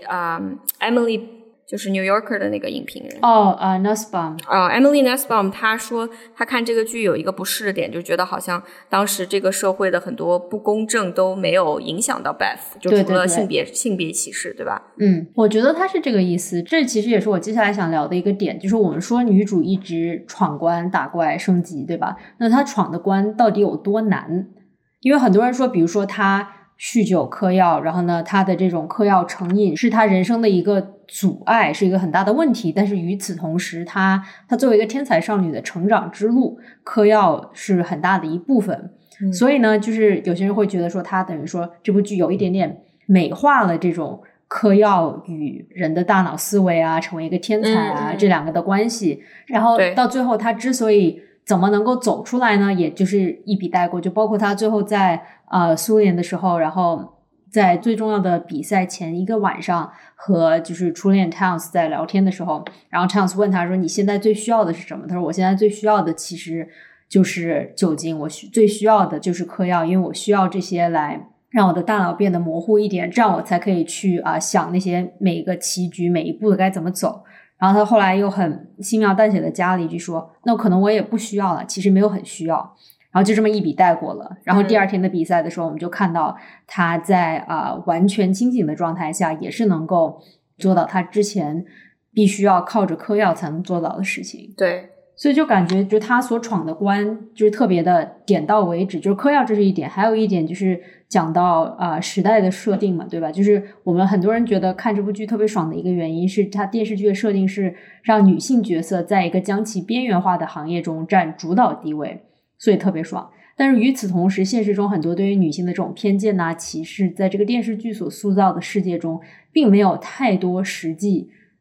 Speaker 3: Emily， 就是 New Yorker 的那个影评人
Speaker 2: Nussbaum
Speaker 3: Emily Nussbaum， 她说她看这个剧有一个不适的点，就觉得好像当时这个社会的很多不公正都没有影响到 Beth， 就除了性别歧视，对吧？
Speaker 2: 我觉得她是这个意思。这其实也是我接下来想聊的一个点，就是我们说女主一直闯关打怪升级，对吧？那她闯的关到底有多难？因为很多人说，比如说她酗酒嗑药，然后呢她的这种嗑药成瘾是她人生的一个阻碍，是一个很大的问题，但是与此同时她作为一个天才少女的成长之路，嗑药是很大的一部分。所以呢就是有些人会觉得说她等于说这部剧有一点点美化了这种嗑药与人的大脑思维啊，成为一个天才啊这两个的关系。然后到最后她之所以怎么能够走出来呢，也就是一笔带过，就包括她最后在苏联的时候，然后在最重要的比赛前一个晚上和就是初恋 Towns 在聊天的时候，然后 Towns 问他说你现在最需要的是什么，他说我现在最需要的其实就是酒精，我最需要的就是嗑药，因为我需要这些来让我的大脑变得模糊一点，这样我才可以去想那些每一个棋局每一步的该怎么走。然后他后来又很轻描淡写的加了一句说那可能我也不需要了，其实没有很需要，然后就这么一笔带过了。然后第二天的比赛的时候，我们就看到他在完全清醒的状态下也是能够做到他之前必须要靠着嗑药才能做到的事情。
Speaker 3: 对，
Speaker 2: 所以就感觉就他所闯的关就是特别的点到为止，就是嗑药这是一点，还有一点就是讲到时代的设定嘛，对吧？就是我们很多人觉得看这部剧特别爽的一个原因是它电视剧的设定是让女性角色在一个将其边缘化的行业中占主导地位，所以特别爽。但是与此同时，现实中很多对于女性的这种偏见歧视在这个电视剧所塑造的世界中并没有太多实际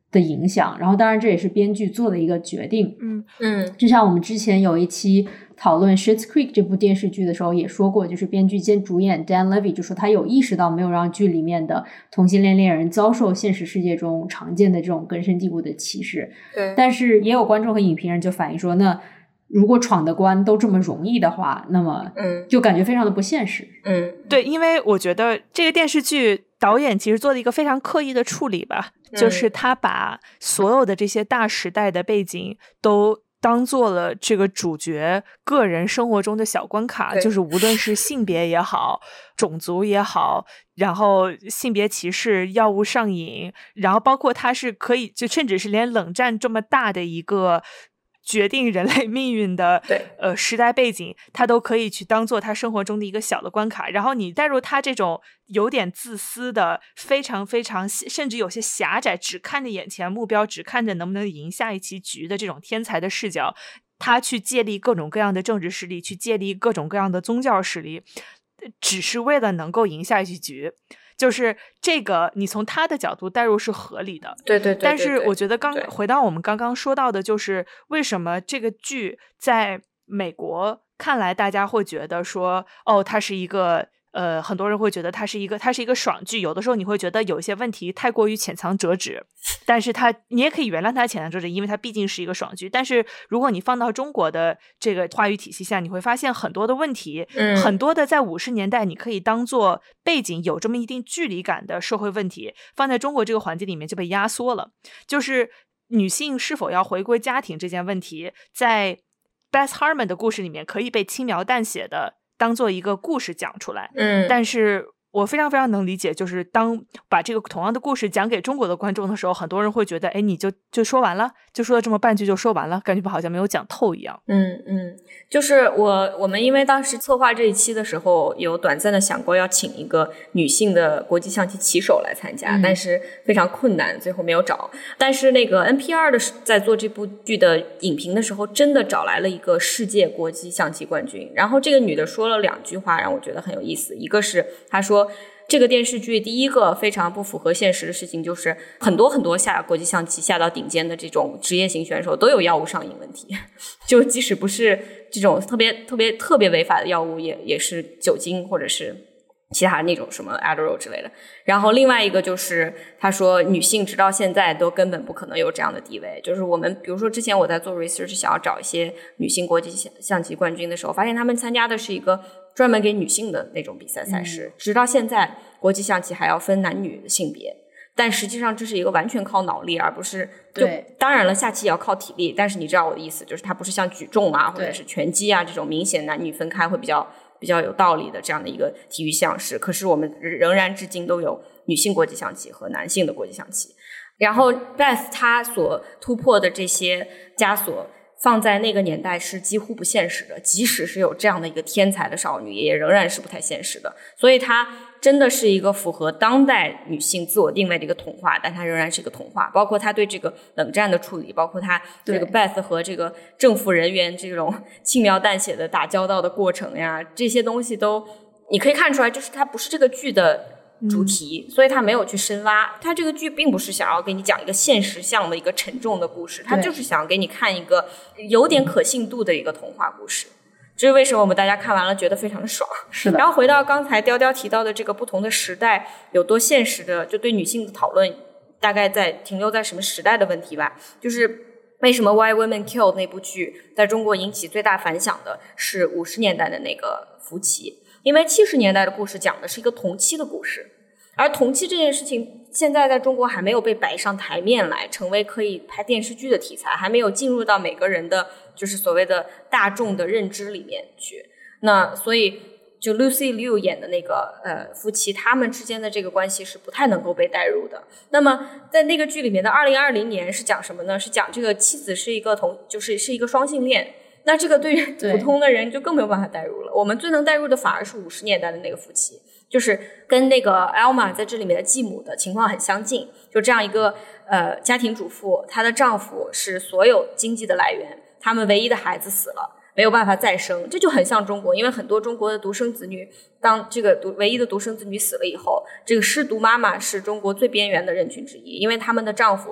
Speaker 2: 的影响，然后当然这也是编剧做的一个决定。
Speaker 3: 就
Speaker 2: 像我们之前有一期讨论 Schitt's Creek 这部电视剧的时候也说过，就是编剧兼主演 Dan Levy 就说他有意识到没有让剧里面的同性恋恋人遭受现实世界中常见的这种根深蒂固的歧视。
Speaker 3: 对，
Speaker 2: 但是也有观众和影评人就反映说，那如果闯的关都这么容易的话，那么就感觉非常的不现实。
Speaker 1: 对，因为我觉得这个电视剧导演其实做了一个非常刻意的处理吧，就是他把所有的这些大时代的背景都当做了这个主角个人生活中的小关卡，就是无论是性别也好，种族也好，然后性别歧视、药物上瘾，然后包括他是可以就甚至是连冷战这么大的一个决定人类命运的时代背景，他都可以去当做他生活中的一个小的关卡。然后你带入他这种有点自私的非常非常甚至有些狭窄，只看着眼前目标，只看着能不能赢下一棋局的这种天才的视角，他去借力各种各样的政治势力，去借力各种各样的宗教势力，只是为了能够赢下一局局。就是这个你从他的角度带入是合理的。
Speaker 3: 对。
Speaker 1: 但是我觉得回到我们刚刚说到的，就是为什么这个剧在美国看来大家会觉得说它是一个很多人会觉得它是一个爽剧，有的时候你会觉得有一些问题太过于浅尝辄止，但是你也可以原谅它浅尝辄止，因为它毕竟是一个爽剧。但是如果你放到中国的这个话语体系下，你会发现很多的问题，很多的在50年代你可以当做背景有这么一定距离感的社会问题，放在中国这个环境里面就被压缩了。就是女性是否要回归家庭这件问题，在 Beth Harmon 的故事里面可以被轻描淡写的当做一个故事讲出来，但是我非常非常能理解，就是当把这个同样的故事讲给中国的观众的时候，很多人会觉得，哎，你就说完了，就说了这么半句就说完了，感觉好像没有讲透一样。
Speaker 3: 就是我们因为当时策划这一期的时候，有短暂的想过要请一个女性的国际象棋棋手来参加，但是非常困难，最后没有找。但是那个 NPR 的在做这部剧的影评的时候，真的找来了一个世界国际象棋冠军。然后这个女的说了2句话，让我觉得很有意思。一个是她说，这个电视剧第一个非常不符合现实的事情，就是很多下国际象棋下到顶尖的这种职业型选手都有药物上瘾问题，就即使不是这种特别违法的药物，也是酒精或者是其他那种什么 Adderall 之类的。然后另外一个就是他说女性直到现在都根本不可能有这样的地位，就是我们比如说之前我在做 research 想要找一些女性国际象棋冠军的时候，发现他们参加的是一个专门给女性的那种比赛赛事，直到现在国际象棋还要分男女的性别，但实际上这是一个完全靠脑力，而不是就当然了下棋也要靠体力，但是你知道我的意思，就是它不是像举重啊或者是拳击啊这种明显男女分开会比较有道理的这样的一个体育项式，可是我们仍然至今都有女性国际象棋和男性的国际象棋。然后 Beth 她所突破的这些枷锁放在那个年代是几乎不现实的，即使是有这样的一个天才的少女，也仍然是不太现实的。所以它真的是一个符合当代女性自我定位的一个童话，但它仍然是一个童话。包括它对这个冷战的处理，包括它这个 Beth 和这个政府人员这种轻描淡写的打交道的过程呀，这些东西都你可以看出来，就是它不是这个剧的主题，所以他没有去深挖。他这个剧并不是想要给你讲一个现实向的一个沉重的故事，他就是想给你看一个有点可信度的一个童话故事。这是为什么我们大家看完了觉得非常的爽。
Speaker 2: 是的。
Speaker 3: 然后回到刚才雕雕提到的这个不同的时代有多现实的，就对女性的讨论大概停留在什么时代的问题吧。就是为什么 Why Women Kill 那部剧在中国引起最大反响的是50年代的那个夫妻，因为70年代的故事讲的是一个同妻的故事，而同妻这件事情现在在中国还没有被摆上台面来，成为可以拍电视剧的题材，还没有进入到每个人的就是所谓的大众的认知里面去。那所以就 Lucy Liu 演的那个夫妻，他们之间的这个关系是不太能够被带入的。那么在那个剧里面的2020年是讲什么呢？是讲这个妻子是一个是一个双性恋。那这个对于普通的人就更没有办法带入了。我们最能带入的反而是50年代的那个夫妻，就是跟那个 Alma 在这里面的继母的情况很相近。就这样一个家庭主妇，她的丈夫是所有经济的来源，他们唯一的孩子死了，没有办法再生，这就很像中国。因为很多中国的独生子女，当这个唯一的独生子女死了以后，这个失独妈妈是中国最边缘的人群之一，因为他们的丈夫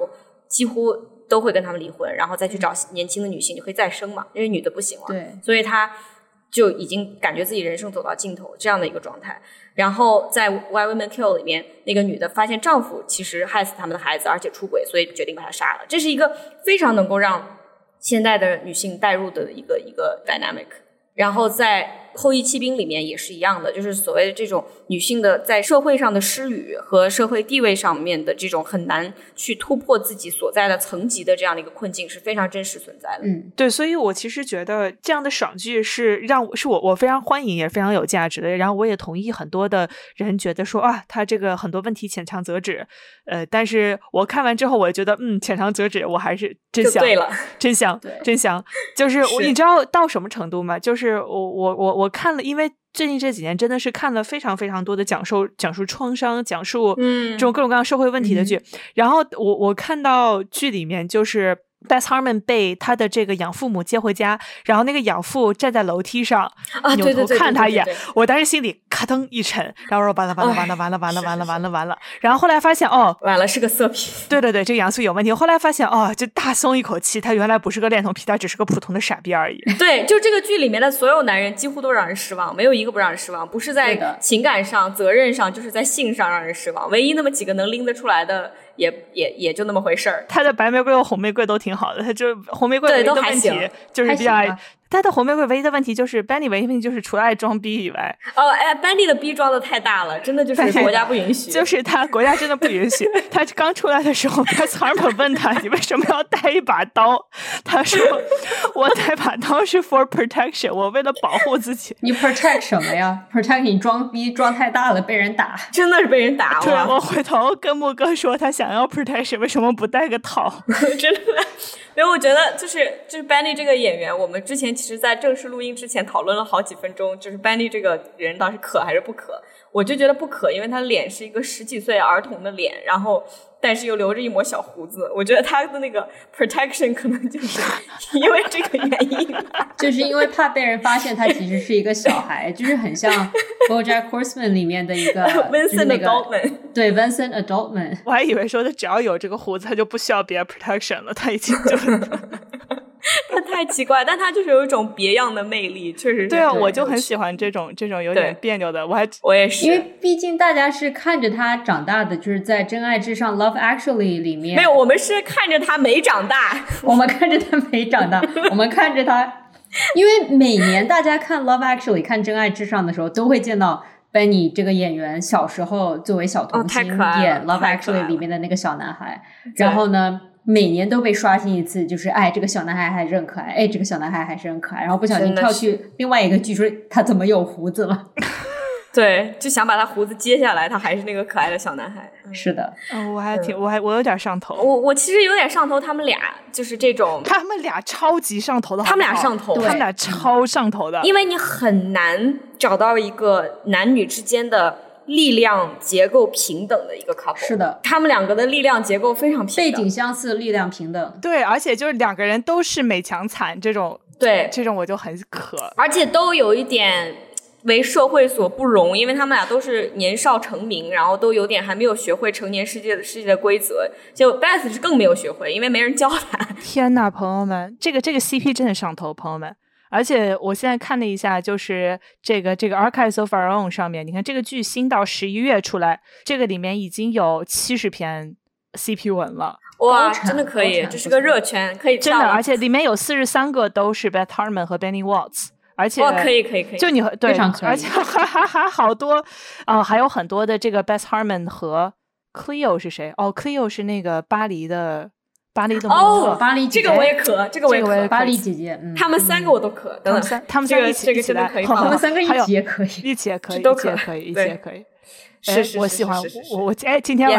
Speaker 3: 几乎都会跟他们离婚，然后再去找年轻的女性，就可以再生嘛，因为女的不行了。
Speaker 2: 对，
Speaker 3: 所以他就已经感觉自己人生走到尽头这样的一个状态。然后在 Why Women Kill 里面，那个女的发现丈夫其实害死他们的孩子，而且出轨，所以决定把他杀了。这是一个非常能够让现代的女性带入的一个 dynamic。然后在后羿弃兵里面也是一样的，就是所谓的这种女性的在社会上的失语和社会地位上面的这种很难去突破自己所在的层级的这样的一个困境是非常真实存在的。
Speaker 1: 对，所以我其实觉得这样的爽剧是我非常欢迎也非常有价值的。然后我也同意很多的人觉得说啊，他这个很多问题浅尝辄止，但是我看完之后我也觉得浅尝辄止，我还是真香，
Speaker 3: 对了，
Speaker 1: 真香，真香。就是你知道到什么程度吗？就是我看了，因为最近这几年真的是看了非常非常多的讲述创伤、讲述这种各种各样社会问题的剧，然后我看到剧里面就是Beth Harmon 被他的这个养父母接回家，然后那个养父站在楼梯上扭头看他一眼，我当时心里咔噔一沉，然后说完了，然后后来发现
Speaker 3: 完了是个色批，
Speaker 1: 对，这个养父有问题。后来发现就大松一口气，他原来不是个恋童癖，他只是个普通的傻逼而已。
Speaker 3: 对，就这个剧里面的所有男人几乎都让人失望，没有一个不让人失望，不是在情感上、责任上，就是在性上让人失望。唯一那么几个能拎得出来的。也就那么回事儿。
Speaker 1: 他的白玫瑰和红玫瑰都挺好的，他就红玫瑰唯一的问题就是比较，他的红玫瑰唯一的问题就是 Benny 唯一的问题就是除了爱装逼以外
Speaker 3: ，Benny 的逼装的太大了，真的就是国家不允许，
Speaker 1: 就是他国家真的不允许。他刚出来的时候 Beth Harmon 问他你为什么要带一把刀，他说我带把刀是 for protection， 我为了保护自己。
Speaker 2: 你 protect 什么呀？ protect 你装逼装太大了被人打，
Speaker 3: 真的是被人打。
Speaker 1: 对，我回头跟木哥说他想要 protection 为什么不带个套
Speaker 3: 真的。因为我觉得就是 Benny 这个演员，我们之前其实在正式录音之前讨论了好几分钟，就是 Benny 这个人到底可还是不可。我就觉得不可，因为他脸是一个10几岁儿童的脸，然后但是又留着一抹小胡子，我觉得他的那个 protection 可能就是因为这个原因
Speaker 2: 就是因为怕被人发现他其实是一个小孩，就是很像 BoJack Horseman 里面的一个
Speaker 3: Vincent Adultman，
Speaker 2: 对 Vincent Adultman。
Speaker 1: 我还以为说他只要有这个胡子他就不需要别的 protection 了，他已经就
Speaker 3: 他太奇怪，但他就是有一种别样的魅力，确实是。
Speaker 1: 对啊，我就很喜欢这种有点别扭的。
Speaker 3: 我也是，
Speaker 2: 因为毕竟大家是看着他长大的，就是在《真爱至上》Love Actually 里面。
Speaker 3: 没有，我们是看着他没长大，
Speaker 2: 我们看着他没长大，我们看着他，因为每年大家看 Love Actually 看《真爱至上》的时候，都会见到 Benny 这个演员小时候作为小童星演 Love Actually 里面的那个小男孩，然后呢每年都被刷新一次，就是这个小男孩还是很可爱，这个小男孩还是很可爱，然后不小心跳去另外一个剧说他怎么有胡子了
Speaker 3: 对，就想把他胡子接下来，他还是那个可爱的小男孩。
Speaker 2: 是的，
Speaker 1: 我有点上头。
Speaker 3: 我其实有点上头，他们俩就是这种，
Speaker 1: 他们俩超级上头的，
Speaker 3: 他们俩上头，
Speaker 1: 他们俩超上头的，
Speaker 3: 因为你很难找到一个男女之间的力量结构平等的一个 couple。
Speaker 2: 是的，
Speaker 3: 他们两个的力量结构非常平等，
Speaker 2: 背景相似，力量平等。
Speaker 1: 对，而且就是两个人都是美强惨这种，
Speaker 3: 对，
Speaker 1: 这种我就很渴，
Speaker 3: 而且都有一点为社会所不容，因为他们俩都是年少成名，然后都有点还没有学会成年世界的规则。就 Beth 是更没有学会，因为没人教他。
Speaker 1: 天哪，朋友们，这个 CP 真的上头，朋友们。而且我现在看了一下，就是这个 Archives of Our Own 上面，你看这个剧新到11月出来，这个里面已经有70篇 CP 文了。
Speaker 3: 哇，真的可以，这是个热圈，可以
Speaker 1: 真的，而且里面有43个都是 Beth Harmon 和 Benny Waltz。而且
Speaker 3: 可以，
Speaker 1: 就你对，
Speaker 2: 非常可以，
Speaker 1: 而且还好多还有很多的这个 Beth Harmon 和 Cleo 是谁？Cleo 是那个巴黎的
Speaker 2: 巴黎姐姐，
Speaker 3: 这个我也可，
Speaker 2: 巴黎姐姐，
Speaker 3: 他们3个我都可，
Speaker 1: 他们三个一起
Speaker 3: 真的可以，
Speaker 2: 他们3个一起也可以，
Speaker 1: 一起也可以，
Speaker 3: 都可以，
Speaker 1: 一起也可以。
Speaker 3: 是
Speaker 1: 我喜欢我今天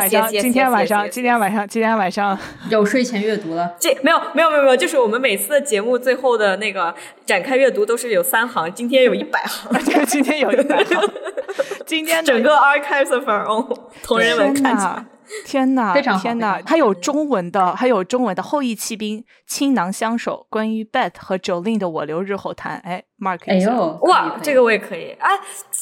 Speaker 1: 晚上
Speaker 2: 有睡前阅读了。
Speaker 3: 没有，就是我们每次的节目最后的那个展开阅读都是有3行，今天有100行，
Speaker 1: 今天有100行，今天
Speaker 3: 整个 Archives of Our Own 同人文看起来。
Speaker 1: 天哪，
Speaker 2: 非常好，
Speaker 1: 天哪！还有中文的后羿弃兵倾囊相守，关于 Beth 和 Jolene 的我留日后谈。Mark
Speaker 2: 哎呦，
Speaker 3: 哇，这个我也可以。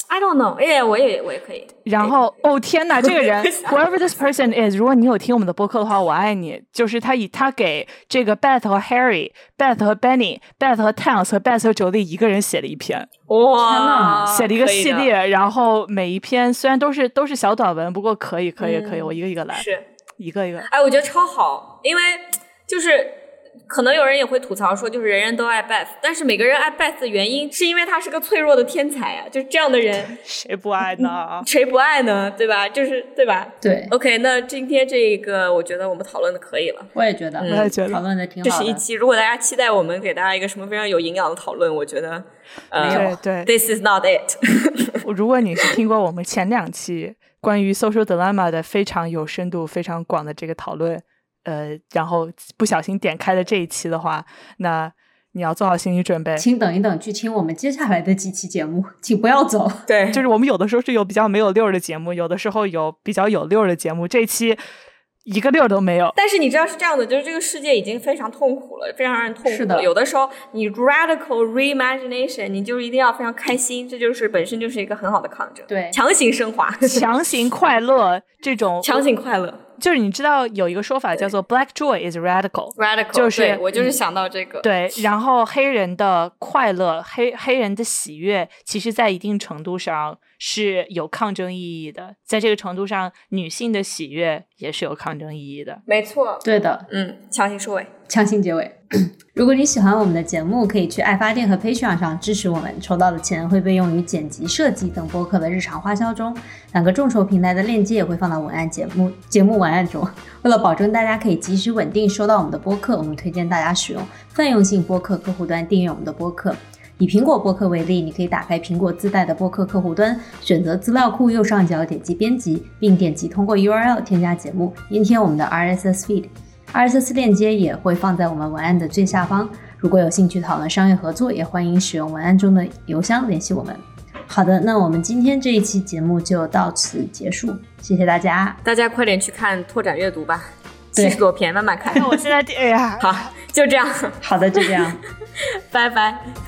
Speaker 3: I don't know， 我也可以。
Speaker 1: 然后天哪，这个人whoever this person is， 如果你有听我们的播客的话，我爱你。就是他给这个 Beth 和 Harry、Beth 和 Benny、Beth 和 Towns 和 Beth 和 Jolie 一个人写了一篇，
Speaker 3: 哇，
Speaker 1: 写了一个系列，然后每一篇虽然都是小短文，不过可以，我一个一个来，
Speaker 3: 是
Speaker 1: 一个一个。
Speaker 3: 我觉得超好，因为就是可能有人也会吐槽说，就是人人都爱 Beth， 但是每个人爱 Beth 的原因是因为他是个脆弱的天才啊，就是这样的人
Speaker 1: 谁不爱呢？
Speaker 3: 谁不爱呢？对吧？就是对吧？
Speaker 2: 对。
Speaker 3: OK， 那今天这个我觉得我们讨论的可以了。
Speaker 2: 我也觉得，讨论的挺好的。
Speaker 3: 这是一期，如果大家期待我们给大家一个什么非常有营养的讨论，我觉得
Speaker 1: 对
Speaker 3: ，This is not it 。
Speaker 1: 如果你是听过我们前2期关于 social dilemma 的非常有深度、非常广的这个讨论。然后不小心点开了这一期的话，那你要做好心理准备，
Speaker 2: 请等一等去听我们接下来的几期节目，请不要走。
Speaker 3: 对，
Speaker 1: 就是我们有的时候是有比较没有溜的节目，有的时候有比较有溜的节目，这一期一个溜都没有。
Speaker 3: 但是你知道是这样的，就是这个世界已经非常痛苦了，非常让人痛苦了。
Speaker 2: 是的，
Speaker 3: 有的时候你 radical reimagination， 你就一定要非常开心，这就是本身就是一个很好的抗争。
Speaker 2: 对，
Speaker 3: 强行升华，
Speaker 1: 强行快乐，这种
Speaker 3: 强行快乐。
Speaker 1: 就是你知道有一个说法叫做 Black Joy is radical， 就是
Speaker 3: 我就是想到这个。
Speaker 1: 对，然后黑人的快乐，黑人的喜悦，其实在一定程度上是有抗争意义的，在这个程度上，女性的喜悦也是有抗争意义的。
Speaker 3: 没错，
Speaker 2: 对的，
Speaker 3: 强行收尾，
Speaker 2: 强行结尾。如果你喜欢我们的节目，可以去爱发电和 Patreon 上支持我们，筹到的钱会被用于剪辑、设计等播客的日常花销中。2个众筹平台的链接也会放到节目文案中。为了保证大家可以及时稳定收到我们的播客，我们推荐大家使用泛用性播客客户端订阅我们的播客。以苹果播客为例，你可以打开苹果自带的播客客户端，选择资料库右上角点击编辑，并点击通过 URL 添加节目，粘贴我们的 RSS feed。RSS 链接也会放在我们文案的最下方。如果有兴趣讨论商业合作，也欢迎使用文案中的邮箱联系我们。好的，那我们今天这一期节目就到此结束，谢谢大家。
Speaker 3: 大家快点去看拓展阅读吧，70多篇，慢慢看。
Speaker 1: 我现在好，
Speaker 3: 就这样。
Speaker 2: 好的，就这样，
Speaker 3: 拜拜。